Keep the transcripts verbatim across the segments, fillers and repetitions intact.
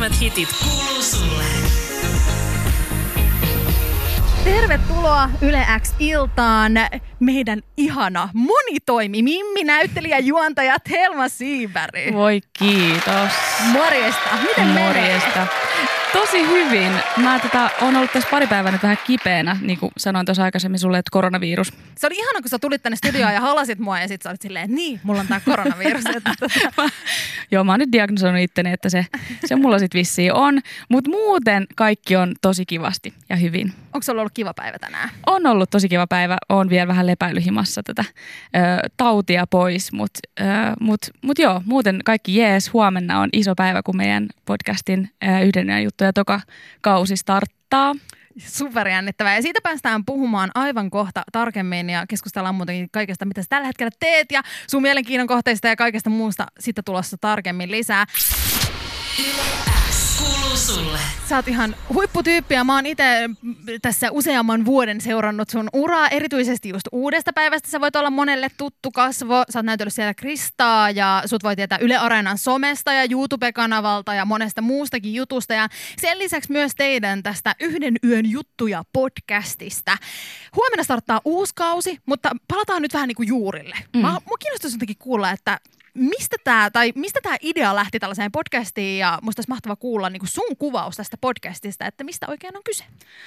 Parhaimmat hitit kuuluu sulle. Tervetuloa Yle X-iltaan meidän ihana monitoimi, Mimmi, näyttelijä, juontaja Thelma Siiberg. Voi kiitos. Morjesta. Miten Morjesta. menee? Tosi hyvin. Mä tota, oon ollut tässä pari päivää nyt vähän kipeänä, niin kuin sanoin tuossa aikaisemmin sulle, että koronavirus. Se oli ihana, kun sä tulit tänne studioon ja halasit mua ja sit sä olit silleen, että niin, mulla on tää koronavirus. Joo, mä oon nyt diagnosoinut itteni, että se, se mulla sit vissiin on. Mutta muuten kaikki on tosi kivasti ja hyvin. Onko sulla ollut kiva päivä tänään? On ollut tosi kiva päivä. Oon vielä vähän lepäilyhimassa tätä ö, tautia pois, mutta mut, mut joo, muuten kaikki jees. Huomenna on iso päivä, kun meidän podcastin ö, yhden yön juttuja toka kausi starttaa. Superjännittävää. Ja siitä päästään puhumaan aivan kohta tarkemmin ja keskustellaan muutenkin kaikesta, mitä sä tällä hetkellä teet ja sun mielenkiinnon kohteista ja kaikesta muusta sitten tulossa tarkemmin lisää. Kuuluu sulle. Sä oot ihan huipputyyppi ja mä oon itse tässä useamman vuoden seurannut sun uraa, erityisesti just Uudesta päivästä. Sä voit olla monelle tuttu kasvo. Sä oot näytellyt siellä Kristaa ja sut voi tietää Yle Areenan somesta ja YouTube-kanavalta ja monesta muustakin jutusta. Ja sen lisäksi myös teidän tästä Yhden yön juttuja podcastista. Huomenna starttaa uusi kausi, mutta palataan nyt vähän niin kuin juurille. Mm. Mä, mua kiinnostaisi jotenkin kuulla, että Mistä tämä tai mistä tämä idea lähti tällaiseen podcastiin ja musta olisi mahtava kuulla niin kuin sun kuvaus tästä podcastista, että mistä oikein on kyse?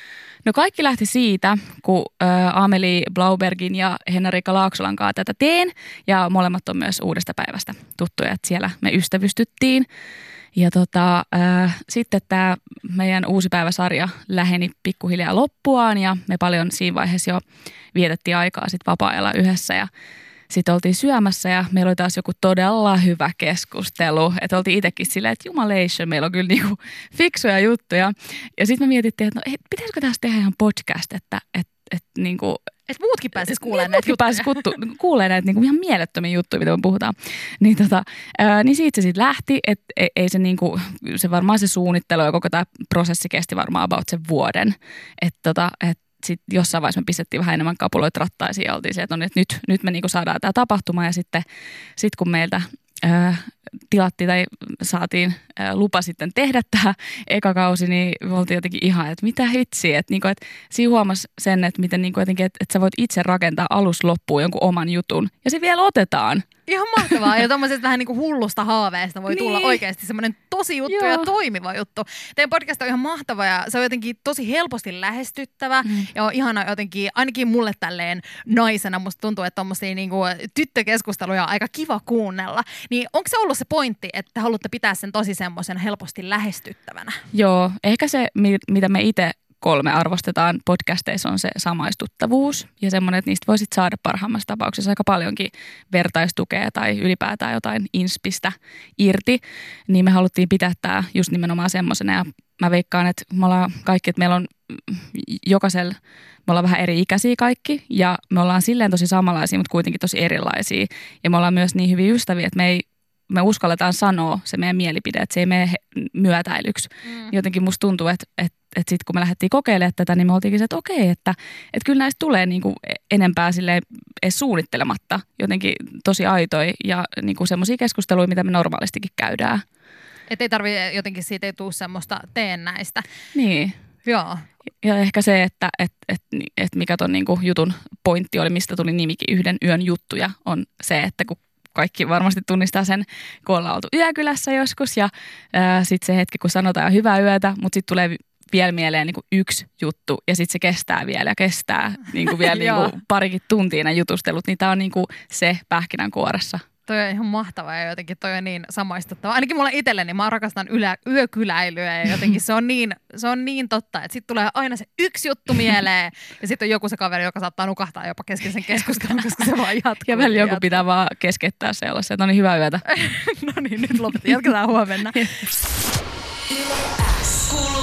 No kaikki lähti siitä, kun ä, Amelie Blaubergin ja Henna-Riikka Laaksolan kanssa tätä teen ja molemmat on myös Uudesta päivästä tuttuja, että siellä me ystävystyttiin. Ja tota, ä, sitten tämä meidän Uusi päivä-sarja läheni pikkuhiljaa loppuaan ja me paljon siinä vaiheessa jo vietettiin aikaa sit vapaa-ajalla yhdessä ja sitten oltiin syömässä ja meillä oli taas joku todella hyvä keskustelu. Että oltiin itsekin silleen, että jumalation, meillä on kyllä niinku fiksuja juttuja. Ja sitten me mietittiin, että no, pitäisikö tässä tehdä ihan podcast, että et, et, niinku, että muutkin pääsis kuulemaan näitä juttuja. Pääsis kuulemaan näitä niinku ihan mielettömiä juttuja, mitä me puhutaan. Niin, tota, ää, niin siitä se sitten lähti, että ei, ei se, niinku, se varmaan se suunnittelu ja koko tämä prosessi kesti varmaan about sen vuoden. Että tota, et, sitten jossain vaiheessa me pistettiin vähän enemmän kapuloita rattaisiin ja oltiin se, että, no, että nyt, nyt me niinku saadaan tämä tapahtuma ja sitten sit kun meiltä ää, tilattiin tai saatiin ää, lupa sitten tehdä tämä eka kausi, niin me oltiin jotenkin ihan, että mitä hitsiä. Että niinku, et siinä huomasi sen, että miten niinku jotenkin, että et sä voit itse rakentaa alus loppuun jonkun oman jutun ja se vielä otetaan. Ihan mahtavaa. Ja tuommoisesta vähän niin kuin hullusta haaveesta voi niin. tulla oikeasti semmoinen tosi juttu Joo. ja toimiva juttu. Teidän podcast on ihan mahtava ja se on jotenkin tosi helposti lähestyttävä. Mm. Ja on ihana jotenkin, ainakin mulle tälleen naisena, musta tuntuu, että tommosia niin kuin tyttökeskusteluja on aika kiva kuunnella. Niin onko se ollut se pointti, että haluatte pitää sen tosi semmoisen helposti lähestyttävänä? Joo, ehkä se, mitä me itse kolme arvostetaan podcasteissa on se samaistuttavuus ja semmoinen, että niistä voisit saada parhaimmassa tapauksessa aika paljonkin vertaistukea tai ylipäätään jotain inspistä irti, niin me haluttiin pitää tämä just nimenomaan semmoisena ja mä veikkaan, että me ollaan kaikki, että meillä on jokaisella, me ollaan vähän eri ikäisiä kaikki ja me ollaan silleen tosi samanlaisia, mutta kuitenkin tosi erilaisia ja me ollaan myös niin hyviä ystäviä, että me ei me uskalletaan sanoa se meidän mielipide, että se ei mene myötäilyksi. Mm. Jotenkin musta tuntuu, että, että, että sitten kun me lähdettiin kokeilemaan tätä, niin me oltiinkin se, että okei, että, että kyllä näistä tulee niinku enempää silleen edes suunnittelematta. Jotenkin tosi aitoja ja niinku semmoisia keskusteluja, mitä me normaalistikin käydään. Että ei tarvitse jotenkin, siitä ei tule semmoista teennäistä. Niin. Joo. Ja ehkä se, että et, et, et mikä ton niinku jutun pointti oli, mistä tuli nimikin Yhden yön juttuja, on se, että kun kaikki varmasti tunnistaa sen, kun ollaan oltu yökylässä joskus ja sitten se hetki, kun sanotaan hyvää yötä, mutta sitten tulee vielä mieleen niinku yksi juttu ja sitten se kestää vielä ja kestää niinku vielä niinku parikin tuntia nämä jutustelut, niin tämä on niinku se pähkinänkuoressa. Toi on ihan mahtavaa ja jotenkin toi on niin samaistuttava. Ainakin mulla itselleni, mä rakastan ylä, yökyläilyä ja jotenkin se on niin, se on niin totta, että sitten tulee aina se yksi juttu mieleen ja sitten on joku se kaveri, joka saattaa nukahtaa jopa kesken sen keskustelun, koska se vaan jatkuu. Ja välillä joku pitää vaan keskeyttää se olla se, että no niin, hyvää yötä. No niin, nyt lopetin. Jatketaan huomenna. Kuuluu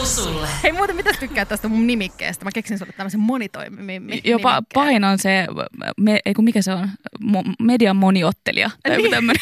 sulle. Hei muuten, mitä tykkää tästä mun nimikkeestä? Mä keksin sulle tämmöisen monitoimimi. Jopa pahin on se, me, ei kun mikä se on, Mo, median moniottelija. Tai joku tämmönen.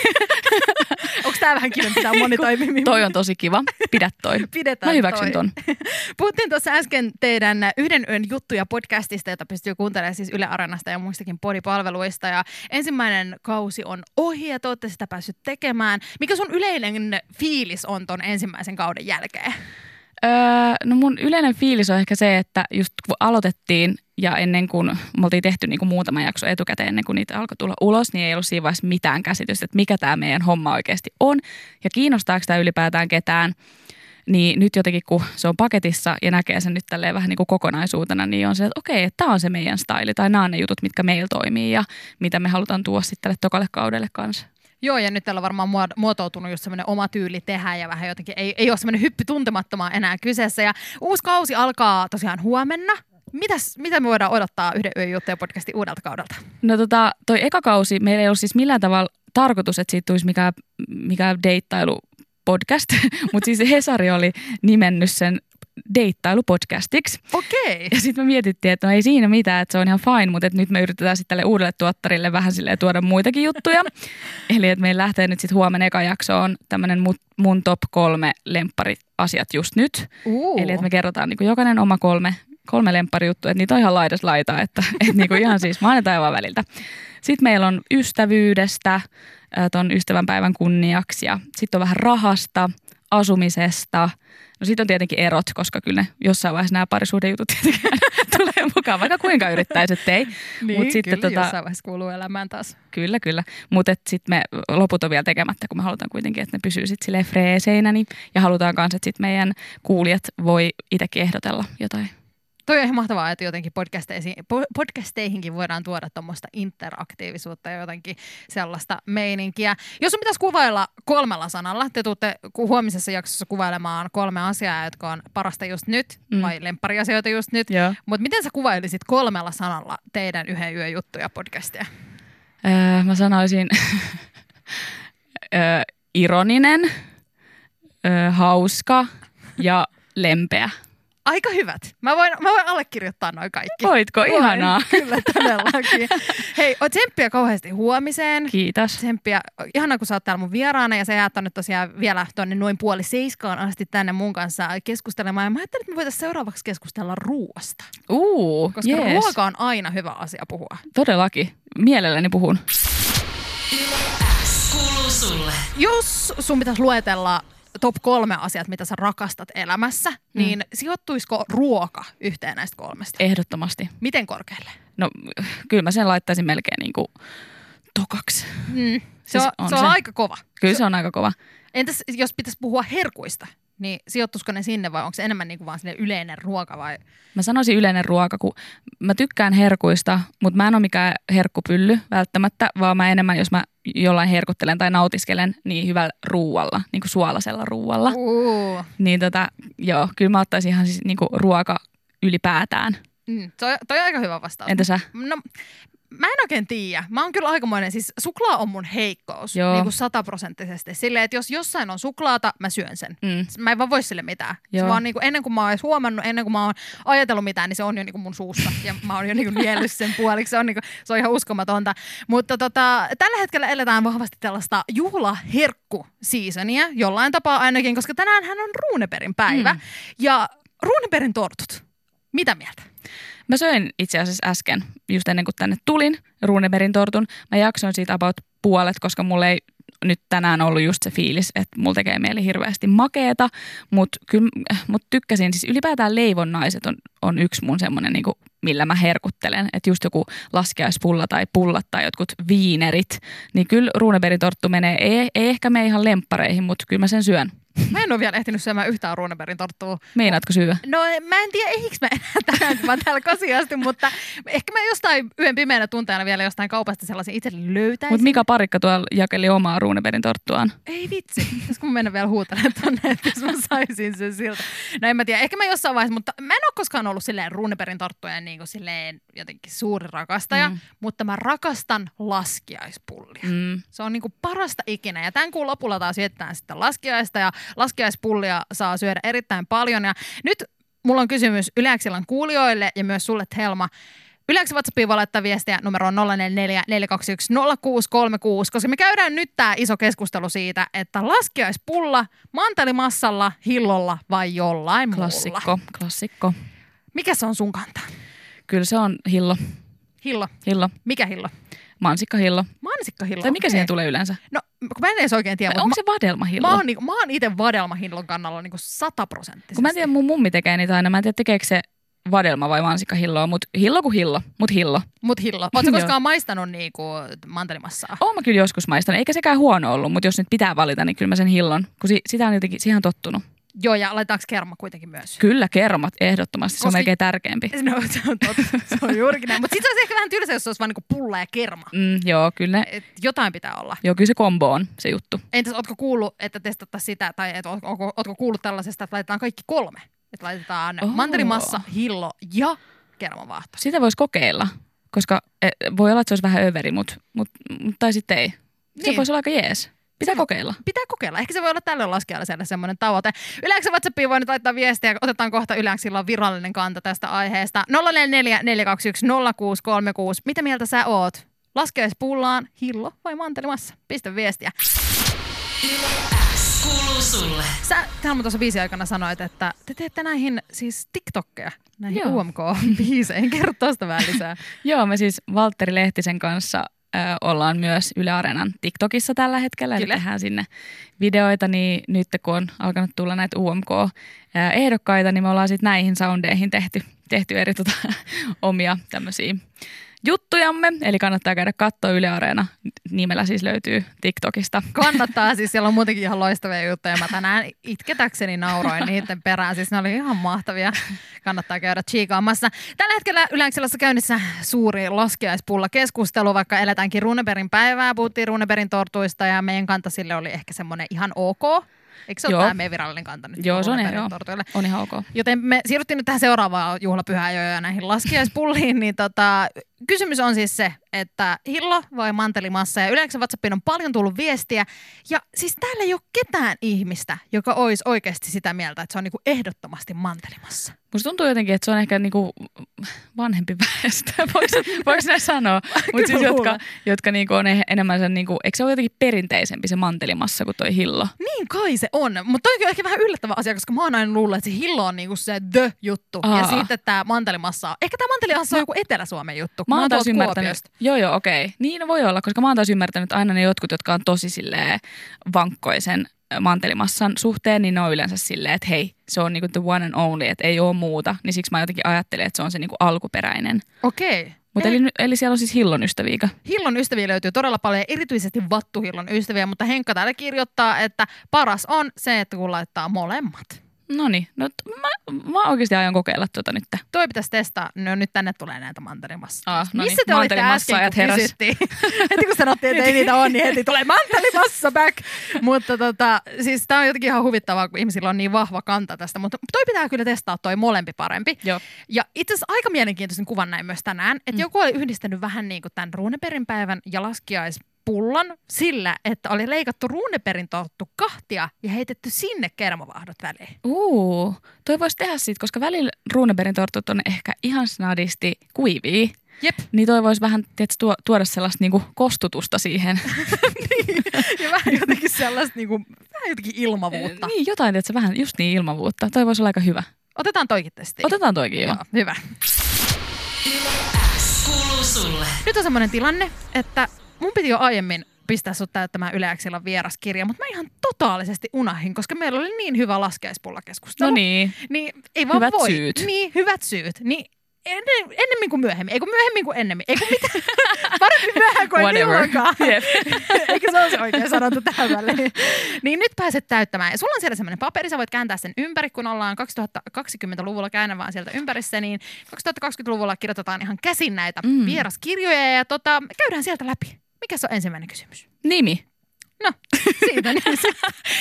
Onko tää vähän kivempi tää monitoimimi? Toi on tosi kiva. Pidä toi. Pidetään Mä hyväksyn toi. ton. Puhuttiin tuossa äsken teidän Yhden yön juttuja podcastista, jota pystyy kuuntelemaan siis Yle Areenasta ja muistakin podipalveluista. Ja ensimmäinen kausi on ohi ja te olette sitä päässyt tekemään. Mikä sun yleinen fiilis on ton ensimmäisen kauden jälkeen? Öö, no mun yleinen fiilis on ehkä se, että just kun aloitettiin ja ennen kuin me oltiin tehty niin kuin muutama jakso etukäteen ennen kuin niitä alkoi tulla ulos, niin ei ollut siinä vaiheessa mitään käsitystä, että mikä tämä meidän homma oikeasti on ja kiinnostaako tämä ylipäätään ketään. Niin nyt jotenkin, kun se on paketissa ja näkee sen nyt tälleen vähän niin kuin kokonaisuutena, niin on se, että okei, että tämä on se meidän style tai nämä on ne jutut, mitkä meillä toimii ja mitä me halutaan tuoda sitten tälle tokalle kaudelle kanssa. Joo, ja nyt täällä on varmaan muotoutunut just semmoinen oma tyyli tehdä ja vähän jotenkin ei, ei ole semmoinen hyppy tuntemattomaan enää kyseessä. Ja uusi kausi alkaa tosiaan huomenna. Mitäs, mitä me voidaan odottaa Yhden yön juttuja podcastin uudelta kaudelta? No tota, toi eka kausi, meillä ei ollut siis millään tavalla tarkoitus, että siitä tulisi mikään, mikään deittailu podcast, mutta siis Hesari oli nimennyt sen deittailupodcastiksi. Okei. Ja sitten me mietittiin, että no ei siinä mitään, että se on ihan fine, mutta että nyt me yritetään sitten tälle uudelle tuottarille vähän silleen tuoda muitakin juttuja. Eli että meillä lähtee nyt sitten huomenna eka jakso on tämmöinen mun top kolme lemppariasiat just nyt. Uh. Eli että me kerrotaan niin kuin jokainen oma kolme, kolme lempparijuttua, että niitä on ihan laidas laita, että, että niin kuin ihan siis maanantai vaan väliltä. Sitten meillä on ystävyydestä, ton ystävänpäivän kunniaksi ja sitten on vähän rahasta, asumisesta. No sitten on tietenkin erot, koska kyllä ne jossain vaiheessa nämä parisuhdejutut tietenkin tulee mukaan, vaikka kuinka yrittäisi, ettei. Niin, Mut sitten, kyllä tota, jossain vaiheessa kuuluu elämään taas. Kyllä, kyllä. Mutta sitten me loput on vielä tekemättä, kun me halutaan kuitenkin, että ne pysyy sitten silleen freeseinä. Niin, ja halutaan myös, että sitten meidän kuulijat voi itsekin ehdotella jotain. Toi on ihan mahtavaa, että jotenkin podcasteihinkin voidaan tuoda tuommoista interaktiivisuutta ja jotenkin sellaista meininkiä. Jos sun pitäisi kuvailla kolmella sanalla, te tuutte huomisessa jaksossa kuvailemaan kolme asiaa, jotka on parasta just nyt, mm. vai lemppariasioita just nyt. Mutta miten sä kuvailisit kolmella sanalla teidän Yhden yön juttuja podcastia? Öö, mä sanoisin öö, ironinen, öö, hauska ja lempeä. Aika hyvät. Mä voin, mä voin allekirjoittaa noin kaikki. Voitko? Voin, ihanaa. Kyllä, todellakin. Hei, tsemppiä kauheasti huomiseen. Kiitos. Tsemppiä. Ihanaa, kun sä oot täällä mun vieraana ja sä jäät tonne tosiaan vielä tonne noin puoli seiskaan asti tänne mun kanssa keskustelemaan. Ja mä ajattelin, että me voitaisiin seuraavaksi keskustella ruuasta. Uu, Koska yes. ruoka on aina hyvä asia puhua. Todellakin. Mielelläni puhun. Yle X kuuluu sulle. Jos sun pitäisi luetella top kolme asiat, mitä sä rakastat elämässä, mm. niin sijoittuisiko ruoka yhteen näistä kolmesta? Ehdottomasti. Miten korkealle? No kyllä mä sen laittaisin melkein niin kuin tokaksi. Mm. Se, Siis on, on se on se. aika kova. Kyllä se on aika kova. Entäs jos pitäisi puhua herkuista, niin sijoittuisiko ne sinne vai onko se enemmän niin kuin vaan sinne yleinen ruoka vai? Mä sanoisin yleinen ruoka, kun mä tykkään herkuista, mutta mä en ole mikään herkkupylly välttämättä, vaan mä enemmän, jos mä jollain herkuttelen tai nautiskelen, niin hyvällä ruualla, niin kuin suolaisella ruualla. Uh. Niin tota, joo, kyllä mä ottaisin ihan siis niin kuin ruoka ylipäätään. Mm, toi, toi on aika hyvä vastaus. Entä sä? No, mä en oikein tiedä. Mä oon kyllä aikamoinen, siis suklaa on mun heikkous, Joo. niin kuin sataprosenttisesti. Silleen, että jos jossain on suklaata, mä syön sen. Mm. Mä en vaan voi sille mitään. Joo. Se vaan niin kuin, ennen kuin mä oon edes huomannut, ennen kuin mä oon ajatellut mitään, niin se on jo niin kuin mun suussa. Ja mä oon jo niin kuin niellyt sen puoliksi. Se on, niin kuin, se on ihan uskomatonta. Mutta tota, tällä hetkellä eletään vahvasti tällaista juhlaherkku-seasonia, jollain tapaa ainakin, koska tänäänhän on Runebergin päivä. Mm. Ja Runebergin tortut. Mitä mieltä? Mä söin itse asiassa äsken, just ennen kuin tänne tulin, Runebergin tortun. Mä jaksoin siitä about puolet, koska mulla ei nyt tänään ollut just se fiilis, että mulla tekee mieli hirveästi makeeta. Mutta kyllä mut tykkäsin, siis ylipäätään leivonnaiset on, on yksi mun semmoinen, niinku, millä mä herkuttelen. Että just joku laskiaispulla tai pullat tai jotkut viinerit, niin kyllä Runebergin torttu menee, ei, ei ehkä mene ihan lemppareihin, mutta kyllä mä sen syön. Mä en ole vielä ehtinyt syömään yhtään Runebergin torttua. Meinaatko syödä? No mä en tiedä, eikö mä enää tänään, kun mä oon täällä kasiasti, mutta ehkä mä jostain yhden pimeänä tunteena vielä jostain kaupasta sellaisen itselleni löytäisin. Mutta Mika Parikka tuolla jakeli omaa Runebergin torttuaan. Ei vitsi, pitäisikö mun mennä vielä huutelemaan tonne, että jos mä saisin sen siltä. No en mä tiedä, ehkä mä jossain vaiheessa, mutta mä en ole koskaan ollut silleen Runebergin torttujen niin kuin silleen jotenkin suuri rakastaja, mm. mutta mä rakastan laskiaispullia. Mm. Se on niin kuin parasta ikinä ja tämän kuun lopulla taas vietetään sitten laskiaista ja laskiaispullia saa syödä erittäin paljon. Ja nyt mulla on kysymys Yleäksillan kuulijoille ja myös sulle, Thelma. Yleensä WhatsAppiin voi laittaa viestiä numeroon nolla neljä neljä neljä kaksi yksi nolla kuusi kolme kuusi, koska me käydään nyt tää iso keskustelu siitä, että laskiaispulla mantelimassalla, hillolla vai jollain Klassikko, muulla. klassikko. Mikä se on sun kanta? Kyllä se on hillo. Hillo. Hillo. Mikä hillo? Mansikkahillo. Mansikkahillo. Tai mikä okei. siihen tulee yleensä? No, kun mä en edes oikein tiedä. Vai onko se vadelmahillo? Mä oon, niinku, mä oon itse vadelmahillon kannalla niinku sataprosenttisesti. Kun mä en tiedä, mun mummi tekee niitä aina. Mä en tiedä, tekeekö se vadelma vai mansikkahilloa, mutta hillo kuin hillo, mut hillo. Mut hillo. Ootko koskaan maistanut niinku mantelimassaa? Oon mä kyllä joskus maistanut. Eikä sekään huono ollut, mutta jos nyt pitää valita, niin kyllä mä sen hillon. Kun si- sitä on jotenkin, siihen on tottunut. Joo, ja laitetaanko kerma kuitenkin myös? Kyllä kermat ehdottomasti. Se Koska- on melkein tärkeämpi. No, se on totta. Se on juurikin näin. Mutta sitten olisi ehkä vähän tylsä, jos se olisi vaan niinku pulla ja kerma. Mm, joo, kyllä ne, Et jotain pitää olla. joo, kyllä se kombo on se juttu. Entäs ootko kuullut, että testattaisiin sitä, tai et, ootko, ootko, ootko kuullut tällaisesta, että laitetaan kaikki kolme? Että laitetaan Oo. mantelimassa, hillo ja kermavaahto. Sitä voisi kokeilla, koska e, voi olla, että se olisi vähän överi, mutta mut, mut, tai sitten ei. Se Niin. voisi olla aika jees. Pitää Se- kokeilla. Pitää kokeilla. Ehkä se voi olla tälle laskijaiselle semmoinen tavoite. Yleensä WhatsAppiin voi nyt laittaa viestiä. Otetaan kohta Yleensillä virallinen kanta tästä aiheesta. nolla neljä neljä neljä kaksi yksi nolla kuusi kolme kuusi. Mitä mieltä sä oot? Laskiaispullaan, hillo vai mantelimassa? Pistä viestiä. Yle X kuuluu sulle. Sä Thelma tuossa biisin aikana sanoit, että te teette näihin siis TikTokkeja, näihin Joo. U M K-biiseihin. Kerro tuosta vähän lisää. Joo, me siis Valtteri Lehtisen kanssa ö, ollaan myös Yle Areenan TikTokissa tällä hetkellä. Eli Kyllä. tehdään sinne videoita, niin nyt kun on alkanut tulla näitä U M K-ehdokkaita, niin me ollaan sitten näihin soundeihin tehty, tehty eri tota, omia tämmöisiä juttujamme. Eli kannattaa käydä katsoa Yle Areena. Nimellä siis löytyy TikTokista. Kannattaa siis, siellä on muutenkin ihan loistavia juttuja. Mä tänään itketäkseni nauroin niiden perään. Siis ne oli ihan mahtavia. Kannattaa käydä chiikaamassa. Tällä hetkellä Yleäksillässä käynnissä suuri laskiaispulla keskustelu, vaikka eletäänkin Runebergin päivää. Puhuttiin Runebergin tortuista ja meidän kanta sille oli ehkä semmoinen ihan ok. Eikö se ole Joo. tämä meidän virallinen kanta nyt? Joo, se on, Runebergin joo. tortuille? On ihan ok. Joten me siirryttiin nyt tähän seuraavaan juhlapyhään jo ja näihin laskiaispulliin, niin tota, kysymys on siis se, että hillo vai mantelimassa, ja yleensä WhatsAppiin on paljon tullut viestiä, ja siis täällä ei ole ketään ihmistä, joka olisi oikeasti sitä mieltä, että se on niinku ehdottomasti mantelimassa. Musta tuntuu jotenkin, että se on ehkä niinku vanhempi väestö, voiko, voiko näin sanoa? Mutta siis luulen. jotka, jotka niinku on eh- enemmän sen, niinku, eikö se ole jotenkin perinteisempi se mantelimassa kuin toi hillo? Niin kai se on, mutta toi on ehkä vähän yllättävä asia, koska mä oon aina luullut, että se hillo on niinku se the-juttu, Aa. ja sitten tämä mantelimassa on, ehkä tämä mantelimassa on joku Etelä-Suomen juttu. Mä oon oon taas tuolta ymmärtänyt, Kuopiosta. joo joo okei, niin no voi olla, koska mä oon taas ymmärtänyt, että aina ne jotkut, jotka on tosi silleen vankkoisen mantelimassan suhteen, niin ne on yleensä silleen, että hei, se on niinku the one and only, että ei ole muuta. Niin siksi mä jotenkin ajattelin, että se on se niinku alkuperäinen. Okei. Mutta Ei. eli, eli siellä on siis hillon ystäviä. Hillon ystäviä löytyy todella paljon, erityisesti vattuhillon ystäviä, mutta Henkka täällä kirjoittaa, että paras on se, että kun laittaa molemmat. No niin, no t- mä, mä oikeasti aion kokeilla tuota nyt. Toi pitäisi testaa. No nyt tänne tulee näitä mantelimassa. Ah, no Missä niin, te olitte äsken, mantelimassaajat kun heräs. kysyttiin? Heti kun sanottiin, että ei niitä ole, niin heti tulee mantelimassa back. Mutta tota, siis tää on jotenkin ihan huvittavaa, kun ihmisillä on niin vahva kanta tästä. Mutta toi pitää kyllä testaa toi molempi parempi. Joo. Ja itse asiassa aika mielenkiintoisen kuvan näin myös tänään, että mm. joku oli yhdistänyt vähän niin kuin tämän Runebergin päivän ja laskiaispullan sillä, että oli leikattu Runebergin torttu kahtia ja heitetty sinne kermavahdot väliin. Uu, toi voisi tehdä siitä, koska välillä Runebergin tortut on ehkä ihan snadisti kuivia. Jep. Niin toi voisi vähän tietysti, tuo, tuoda sellaista niinku kostutusta siihen. Niin, ja vähän jotenkin sellaista niin kuin, vähän jotenkin ilmavuutta. Niin, jotain, tietysti, vähän just niin ilmavuutta. Toi voisi olla aika hyvä. Otetaan toikin testiin. Otetaan toikin jo. Joo, hyvä. Yle X kuuluu sulle. Nyt on semmoinen tilanne, että mun piti jo aiemmin pistää sut täyttämään Yle X:llä vieraskirja, mutta mä ihan totaalisesti unahin, koska meillä oli niin hyvä laskiaispullakeskustelu. No niin. Niin ei vaan Hyvät voi. syyt. Niin, hyvät syyt. Niin ennen, ennemmin kuin myöhemmin. Eikö myöhemmin kuin ennemmin. Eikö mitään. Parempi myöhään kuin ei Whatever. milloinkaan. Jep. Eikö se ole se oikein sanottu tähän väliin? Niin nyt pääset täyttämään. Ja sulla on siellä semmoinen paperi, sä voit kääntää sen ympäri, kun ollaan kaksituhattakaksikymmentäluvulla, käännä vaan sieltä ympärissä, niin kaksituhattakaksikymmentäluvulla kirjoitetaan ihan käsin näitä mm. vieraskirjoja ja tota, käydään sieltä läpi. Mikä se on ensimmäinen kysymys? Nimi. No, siitä niin.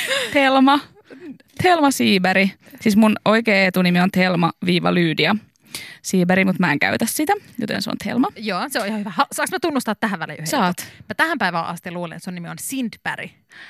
Thelma. Thelma Siiberi. Siis mun oikea etunimi on Thelma-Lyydia. Siiberi, mutta mä en käytä sitä, joten se on Thelma. Joo, se on ihan hyvä. Ha- Saanko mä tunnustaa tähän väliin yhden? Saat. Mä tähän päivään asti luulen, että sun nimi on Sindberg.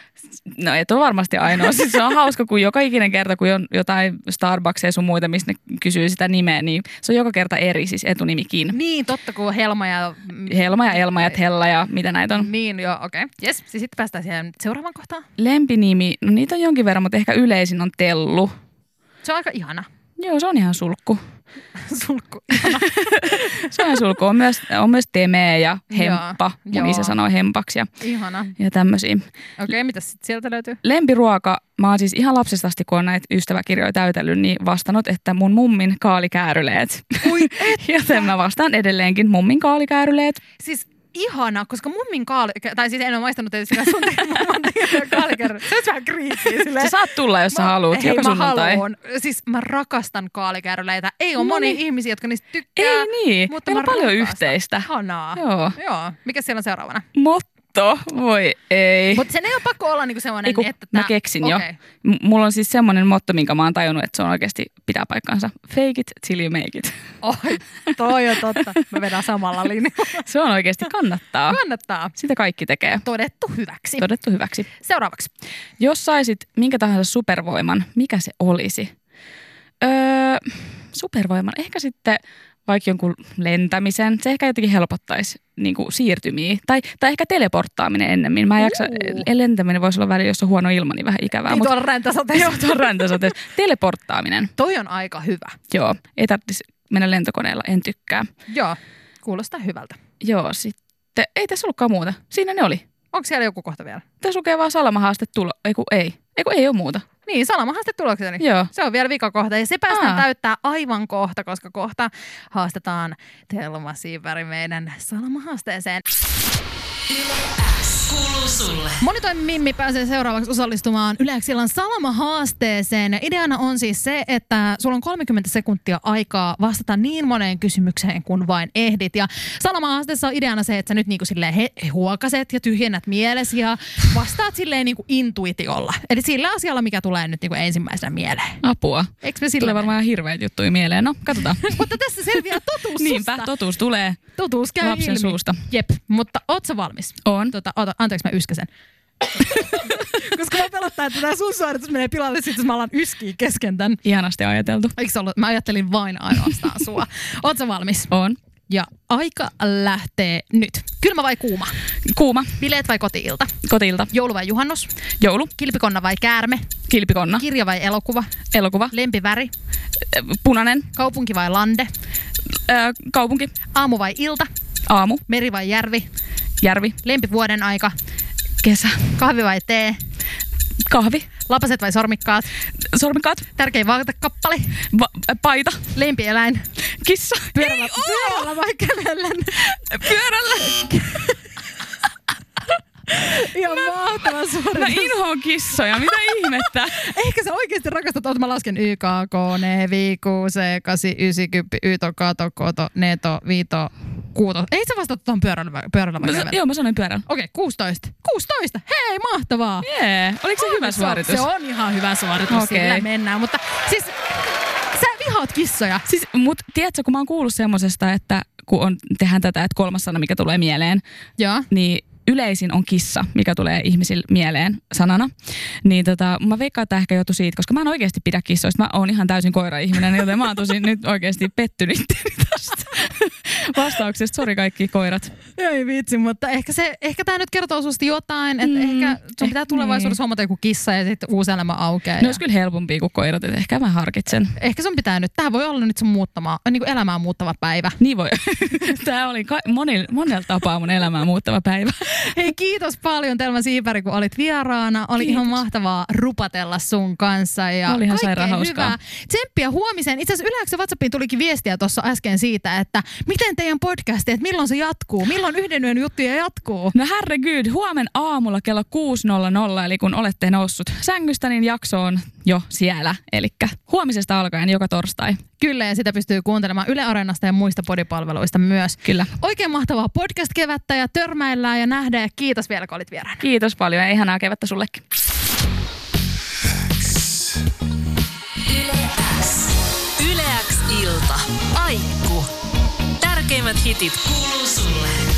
No et ole varmasti ainoa. Siis se on hauska, kun joka ikinen kerta, kun on jotain Starbucksia sun muita, mistä ne kysyy sitä nimeä, niin se on joka kerta eri, siis etunimikin. Niin, totta, kun Helma ja... Helma ja Elma ja Hella ja mitä näitä on. Niin, joo, okei. Okay. Jes, siis sitten päästään siihen seuraavaan kohtaan. Lempinimi, no niitä on jonkin verran, mutta ehkä yleisin on Tellu. Se on aika ihana. Joo, se on ihan sulkku. Sulkku, ihana. Se on ihan sulkku. On myös, on myös Teme ja Hemppa. Joo, Moni se joo. sanoo Hempaksi ja, Ihana. ja tämmöisiä. Okei, okay, mitä sitten sieltä löytyy? Lempiruoka, mä oon siis ihan lapsesta asti, kun on näitä ystäväkirjoja täytellyt, niin vastannut, että mun mummin kaalikääryleet. Ui, Joten mä vastaan edelleenkin mummin kaalikääryleet. siis ihana, koska mummin kaali... Tai siis en ole maistanut tietysti sitä sun mummin kaalikerran. Se on vähän creepy. Sä saat tulla, jos sä haluat, hei, joka mä sunnuntai. haluun. Siis mä rakastan kaalikääryleitä. Ei ole No moni niin. ihmisiä, jotka niistä tykkää. Ei niin, mutta meillä mä on paljon rakastan. yhteistä. Ihanaa. Joo. Joo. Mikä siellä on seuraavana? Motto, voi ei. Mutta sen ei ole pakko olla niinku semmoinen, Ei, kun että... mä tää- keksin jo. Okei. M- Mulla on siis semmoinen motto, minkä mä oon tajunnut, että se on oikeasti pitää paikkansa. Fake it till you make it. Oi, toi on totta. Mä vedän samalla linjalla. Se on oikeasti kannattaa. Kannattaa. Sitä kaikki tekee. Todettu hyväksi. Todettu hyväksi. Seuraavaksi. Jos saisit minkä tahansa supervoiman, mikä se olisi? Öö, supervoiman, ehkä sitten vaikka jonkun lentämisen. Se ehkä jotenkin helpottaisi niin kuin siirtymiä. Tai, tai ehkä teleporttaaminen ennemmin. Mä en jaksa, Uu. lentäminen voisi olla välillä, jos on huono ilma, niin vähän ikävää. Niin Mut, tuolla räntäsateessa. joo, tuon räntäsateessa. Teleporttaaminen. Toi on aika hyvä. Joo, ei tarvitsisi mennä lentokoneella, en tykkää. Joo, kuulostaa hyvältä. Joo, sitten ei tässä ollutkaan muuta. Siinä ne oli. Onko siellä joku kohta vielä? Tässä lukee vaan salamahaaste tulo. Ei kun ei. Ei kun ei ole muuta. Niin, salamahaaste tulokseni. Joo. Se on vielä vikakohta ja se päästään Aa. täyttää aivan kohta, koska kohta haastetaan Thelma Siiberi meidän salamahaasteeseen. Yle X kuuluu sulle. Monitoimi Mimmi pääsee seuraavaksi osallistumaan Yle X:n salamahaasteeseen. Ja ideana on siis se, että sulla on kolmekymmentä sekuntia aikaa vastata niin moneen kysymykseen kuin vain ehdit. Ja salamahaasteessa on ideana se, että sä nyt niinku silleen he, huokaset ja tyhjennät mielesi ja vastaat silleen niinku intuitiolla. Eli sillä asialla, mikä tulee nyt niinku ensimmäisenä mieleen. Apua. Eikö me Tulee sillä varmaan ihan hirveät juttuja mieleen. No, katsotaan. Mutta tässä selviää totuus Niinpä, susta. totuus tulee Totuus käy lapsen ilmi. suusta. Jep, mutta oot sä valmis? On. Tota, ota, anteeksi mä yskäsen. Koska mä pelottaa, että tää sun suoritus menee pilalle sit, jos mä alan yskiä kesken tän. Ihanasti ajateltu. Eikö se ollut? Mä ajattelin vain ainoastaan sua. Oot sä valmis? On. Ja aika lähtee nyt. Kylmä vai kuuma? Kuuma. Bileet vai koti-ilta? Kotilta. Joulu vai juhannus? Joulu. Kilpikonna vai käärme? Kilpikonna. Kirja vai elokuva? Elokuva. Lempiväri? Punainen. Kaupunki vai lande? Öö, kaupunki. Aamu vai ilta? Aamu. Meri vai järvi? Järvi. Lempivuoden aika? Kesä. Kahvi vai tee? Kahvi. Lapaset vai sormikkaat? Sormikaat. Tärkein vaatekappale? Va- paita. Lempieläin? Kissa. Pyörällä, Ei oo! pyörällä vai kävellen? Pyörällä. Ihan mahtava Mä suoritus. inhoon kissoja. Mitä ihmettä? Ehkä sä oikeasti rakastat, oot mä lasken Y, K, K, N, V, Q, C, kahdeksan, yhdeksän, kymmenen, Yto, Kato, Koto, Neto, Viito, Kuuto. Ei sä vastata tuon pyörällä, vai- pyörällä vai Mä, kävellä? joo, mä sanoin pyörällä. Okei, kuusitoista. kuusitoista. Hei, mahtavaa. Jee. Oliko se hyvä Se on- suoritus? Se on ihan hyvä suoritus, Okei. sillä mennään. Mutta siis, sä vihaat kissoja. Siis, mut tiedätkö, kun mä oon kuullut semmosesta, että kun on, tehdään tätä, että kolmas sana, mikä tulee mieleen, Joo. niin yleisin on kissa, mikä tulee ihmisille mieleen sanana. Niin tota, mä veikkaan, että ehkä joutui siitä, koska mä en oikeasti pidä kissoista. Mä oon ihan täysin koira-ihminen, joten mä oon tosi nyt oikeasti pettynyt tästä vastauksesta. Sori kaikki koirat. Ei vitsi, mutta ehkä, se, ehkä tämä nyt kertoo susta jotain, että Mm, ehkä sun pitää eh, tulevaisuudessa niin. hommata joku kissa ja sitten uusi elämä aukeaa. Ne Ja olisi kyllä helpompia kuin koirat, että ehkä mä harkitsen. ehkä sun pitää nyt, tämä voi olla nyt sun muuttama, niin kuin elämää muuttava päivä. Niin voi. Tämä oli ka- monil, monella tapaa mun elämää muuttava päivä. Hei, kiitos paljon Thelma Siiberi, kun olit vieraana. Oli Kiitos. ihan mahtavaa rupatella sun kanssa. Ja Oli ihan kaikkea sairaan hauskaa. hyvää. Tsemppiä huomiseen. Itse asiassa Yle X:n WhatsAppiin tulikin viestiä tuossa äsken siitä, että miten teidän podcasti, että milloin se jatkuu? Milloin yhden yön juttuja jatkuu? No herregud, huomen aamulla kello kuusi nolla nolla, eli kun olette noussut sängystä, niin jakso on jo siellä. Eli huomisesta alkaen joka torstai. Kyllä, ja sitä pystyy kuuntelemaan Yle Areenasta ja muista podipalveluista myös. Kyllä. Oikein mahtavaa podcast-kevättä ja törmäillään ja nähdään. Ja kiitos vielä, kun olit vieraana. Kiitos paljon ja ihanaa kevättä sullekin. Yle X. Yle X ilta. Aihe tärkeimmät hitit kuuluu sulle.